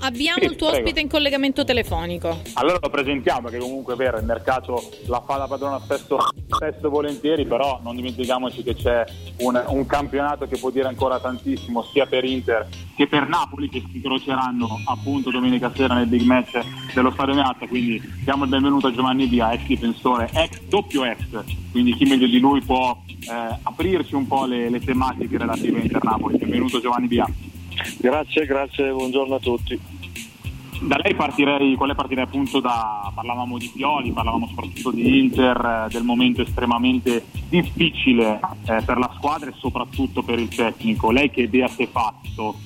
abbiamo il tuo ospite in collegamento telefonico. Allora lo presentiamo, perché comunque è vero, il mercato la fa da padrona spesso e volentieri, però non dimentichiamoci che c'è un campionato che può dire ancora tantissimo sia per Inter che per Napoli, che si incroceranno appunto domenica sera nel big match dello Stadio Meazza. Quindi diamo il benvenuto a Giovanni Bia, ex difensore, ex doppio ex, quindi chi meglio di lui può aprirci un po' le tematiche relative a Inter Napoli. Benvenuto Giovanni Bia. Grazie, buongiorno a tutti. Da lei partirei appunto parlavamo di Pioli, parlavamo soprattutto di Inter, del momento estremamente difficile per la squadra e soprattutto per il tecnico. Lei che idea si è fatto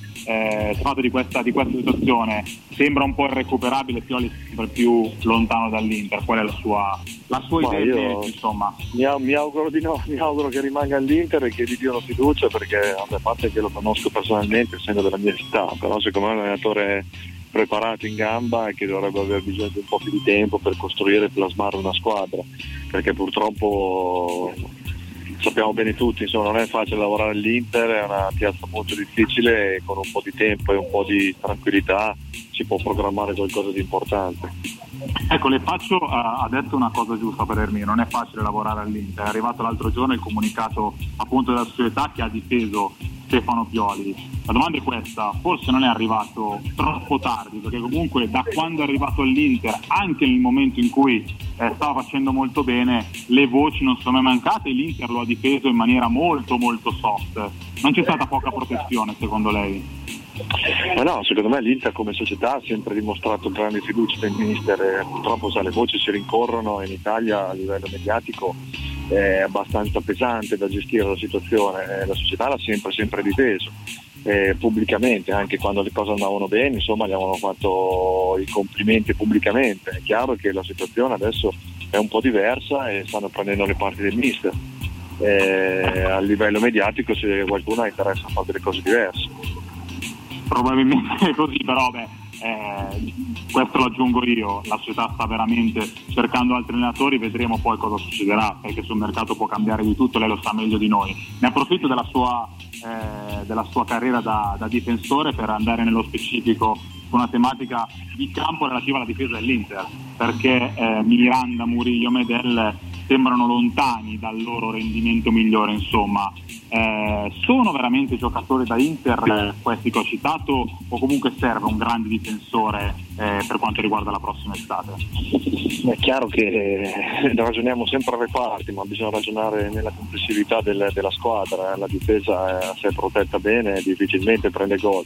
di questa situazione? Sembra un po' irrecuperabile, Pioli è sempre più lontano dall'Inter. Qual è la sua idea? Insomma, mi auguro di no, mi auguro che rimanga all'Inter e che gli diano fiducia, perché a parte che lo conosco personalmente essendo della mia città, però secondo me è un allenatore preparato in gamba e che dovrebbe aver bisogno di un po' più di tempo per costruire e plasmare una squadra, perché purtroppo sappiamo bene tutti, insomma, non è facile lavorare all'Inter, è una piazza molto difficile e con un po' di tempo e un po' di tranquillità si può programmare qualcosa di importante. Ecco, le faccio, ha detto una cosa giusta per Ermino, non è facile lavorare all'Inter. È arrivato l'altro giorno il comunicato appunto della società che ha difeso Stefano Pioli. La domanda è questa: forse non è arrivato troppo tardi, perché comunque da quando è arrivato all'Inter, anche nel momento in cui stava facendo molto bene, le voci non sono mai mancate e l'Inter lo ha difeso in maniera molto molto soft. Non c'è stata poca protezione secondo lei? Ma no, secondo me l'Inter come società ha sempre dimostrato grande fiducia nel mister e purtroppo le voci si rincorrono e in Italia a livello mediatico è abbastanza pesante da gestire la situazione. La società l'ha sempre difeso pubblicamente, anche quando le cose andavano bene, insomma, gli avevano fatto i complimenti pubblicamente. È chiaro che la situazione adesso è un po' diversa e stanno prendendo le parti del mister. A livello mediatico se qualcuno ha interesse a fare delle cose diverse. Probabilmente è così, però questo lo aggiungo io, la società sta veramente cercando altri allenatori, vedremo poi cosa succederà, perché sul mercato può cambiare di tutto, lei lo sa meglio di noi. Ne approfitto della sua carriera da difensore per andare nello specifico su una tematica di campo relativa alla difesa dell'Inter, perché Miranda, Murillo, Medel sembrano lontani dal loro rendimento migliore, insomma. Sono veramente giocatori da Inter questi che ho citato, o comunque serve un grande difensore per quanto riguarda la prossima estate? È chiaro che ragioniamo sempre a reparti, ma bisogna ragionare nella complessività della squadra. La difesa se è protetta bene difficilmente prende gol.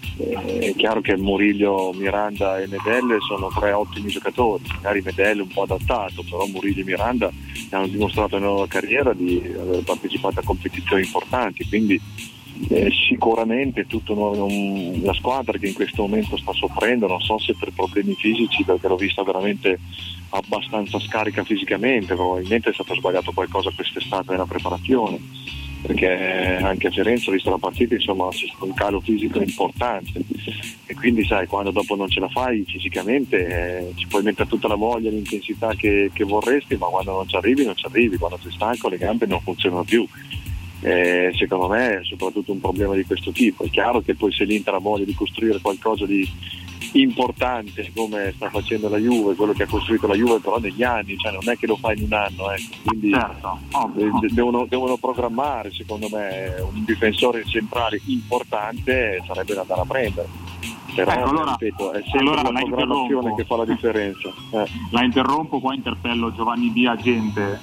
È chiaro che Murillo, Miranda e Medel sono tre ottimi giocatori, magari Medel un po' adattato, però Murillo e Miranda hanno dimostrato nella loro carriera di aver partecipato a competizioni importanti, quindi sicuramente tutta una squadra che in questo momento sta soffrendo, non so se per problemi fisici, perché l'ho vista veramente abbastanza scarica fisicamente, probabilmente è stato sbagliato qualcosa quest'estate nella preparazione, perché anche a Firenze ho visto la partita, insomma c'è stato un calo fisico importante e quindi sai, quando dopo non ce la fai fisicamente ci puoi mettere tutta la voglia, l'intensità che vorresti, ma quando non ci arrivi, quando sei stanco le gambe non funzionano più. Secondo me è soprattutto un problema di questo tipo. È chiaro che poi se l'Inter ha voglia di costruire qualcosa di importante come sta facendo la Juve, quello che ha costruito la Juve però negli anni, cioè non è che lo fa in un anno, quindi certo. devono programmare, secondo me un difensore centrale importante sarebbe da andare a prendere, però allora, ripeto, è sempre la programmazione che fa la differenza. La interrompo, qua interpello Giovanni Bia Gente.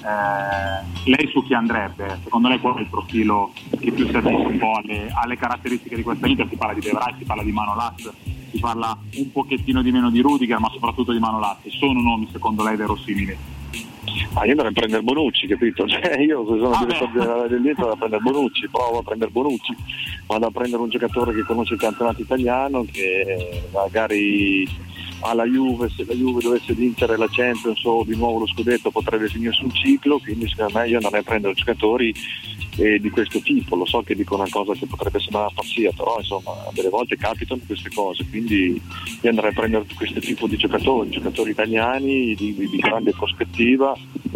Lei su chi andrebbe? Secondo lei qual è il profilo che più si aderisce un po' alle caratteristiche di questa Inter? Si parla di De Vrij, si parla di Manolas, si parla un pochettino di meno di Rudiger, ma soprattutto di Manolas. Sono nomi secondo lei verosimili? Io andrei a prendere Bonucci, capito? Cioè, io se sono direttore generale dell'Inter vado a prendere Bonucci, provo a prendere Bonucci, vado a prendere un giocatore che conosce il campionato italiano, che magari alla Juve, se la Juve dovesse vincere la Champions o di nuovo lo scudetto potrebbe finirsi un ciclo, quindi secondo me io andrei a prendere giocatori di questo tipo. Lo so che dico una cosa che potrebbe sembrare una pazzia, però insomma delle volte capitano queste cose, quindi io andrei a prendere questo tipo di giocatori italiani di grande prospettiva,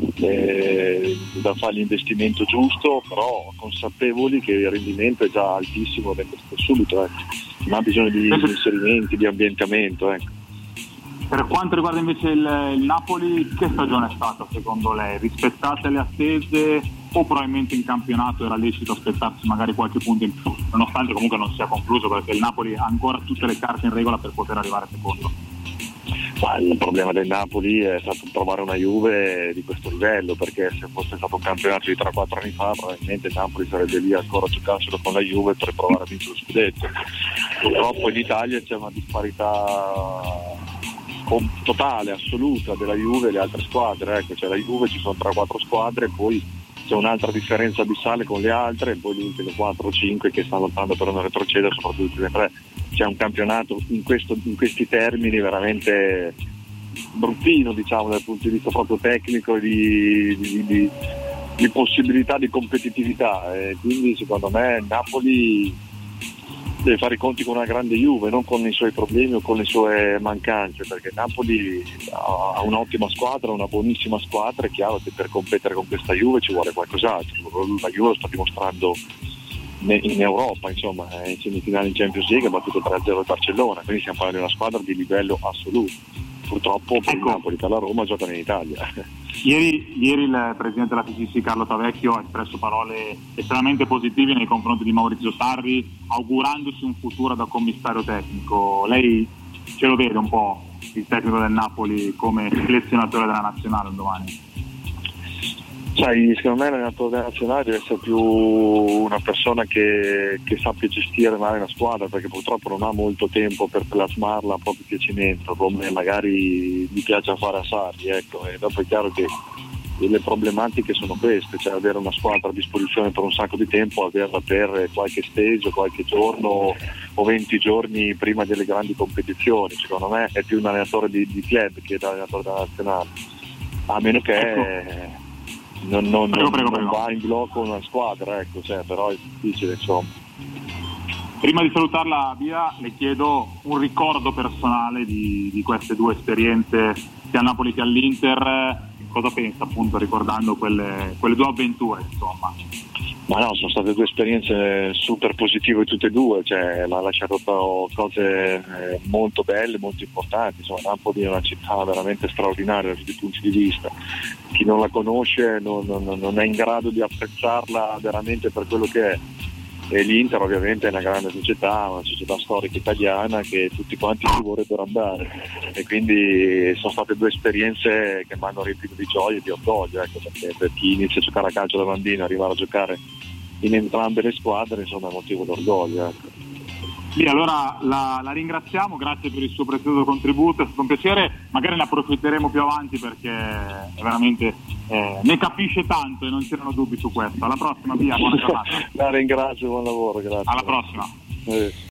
da fare l'investimento giusto, però consapevoli che il rendimento è già altissimo da subito. ma ha bisogno di inserimenti, di ambientamento, ecco. Per quanto riguarda invece il Napoli, che stagione è stata secondo lei? Rispettate le attese o probabilmente in campionato era lecito aspettarsi magari qualche punto in più, nonostante comunque non sia concluso, perché il Napoli ha ancora tutte le carte in regola per poter arrivare secondo? Ma il problema del Napoli è stato trovare una Juve di questo livello, perché se fosse stato un campionato di 3-4 anni fa probabilmente il Napoli sarebbe lì ancora a giocarselo con la Juve per provare a vincere lo scudetto. Purtroppo in Italia c'è una disparità totale, assoluta della Juve e le altre squadre, ecco, cioè la Juve ci sono 3-4 squadre e poi c'è un'altra differenza abissale con le altre e poi le ultime 4 o 5 che stanno lottando per non retrocedere, soprattutto le 3. C'è un campionato in questi termini veramente bruttino, diciamo, dal punto di vista proprio tecnico e di possibilità di competitività, e quindi secondo me il Napoli deve fare i conti con una grande Juve, non con i suoi problemi o con le sue mancanze, perché Napoli ha un'ottima squadra, una buonissima squadra. È chiaro che per competere con questa Juve ci vuole qualcos'altro. La Juve lo sta dimostrando in Europa, insomma, in semifinale in Champions League ha battuto 3-0 il Barcellona, quindi stiamo parlando di una squadra di livello assoluto. Purtroppo per il Napoli, per la Roma giocano in Italia. Ieri il presidente della FCC Carlo Tavecchio ha espresso parole estremamente positive nei confronti di Maurizio Sarri, augurandosi un futuro da commissario tecnico. Lei ce lo vede un po' il tecnico del Napoli come selezionatore della nazionale un domani? Sai, secondo me l'allenatore della nazionale deve essere più una persona che sappia gestire magari una squadra, perché purtroppo non ha molto tempo per plasmarla a proprio piacimento, come magari gli piace fare a Sarri, ecco. E dopo è chiaro che le problematiche sono queste, cioè avere una squadra a disposizione per un sacco di tempo, averla per qualche stage, qualche giorno o 20 giorni prima delle grandi competizioni. Secondo me è più un allenatore di club che un allenatore della nazionale, a meno che non va in blocco una squadra, ecco, cioè, però è difficile, insomma. Prima di salutarla via le chiedo un ricordo personale di queste due esperienze, sia al Napoli che all'Inter. Cosa pensa, appunto, ricordando quelle due avventure, insomma? Ma no, sono state due esperienze super positive tutte e due, cioè l'ha lasciato cose molto belle, molto importanti. Insomma, Napoli è una città veramente straordinaria da tutti i punti di vista. Chi non la conosce non è in grado di apprezzarla veramente per quello che è. E l'Inter ovviamente è una grande società, una società storica italiana che tutti quanti ci vorrebbero andare, e quindi sono state due esperienze che mi hanno riempito di gioia e di orgoglio, ecco, perché per chi inizia a giocare a calcio da bambino, arrivare a giocare in entrambe le squadre, insomma, è motivo d'orgoglio, ecco. Sì, allora la ringraziamo, grazie per il suo prezioso contributo, è stato un piacere, magari ne approfitteremo più avanti perché è veramente ne capisce tanto e non c'erano dubbi su questo. Alla prossima, via, buona giornata. La ringrazio, buon lavoro, grazie. Alla prossima.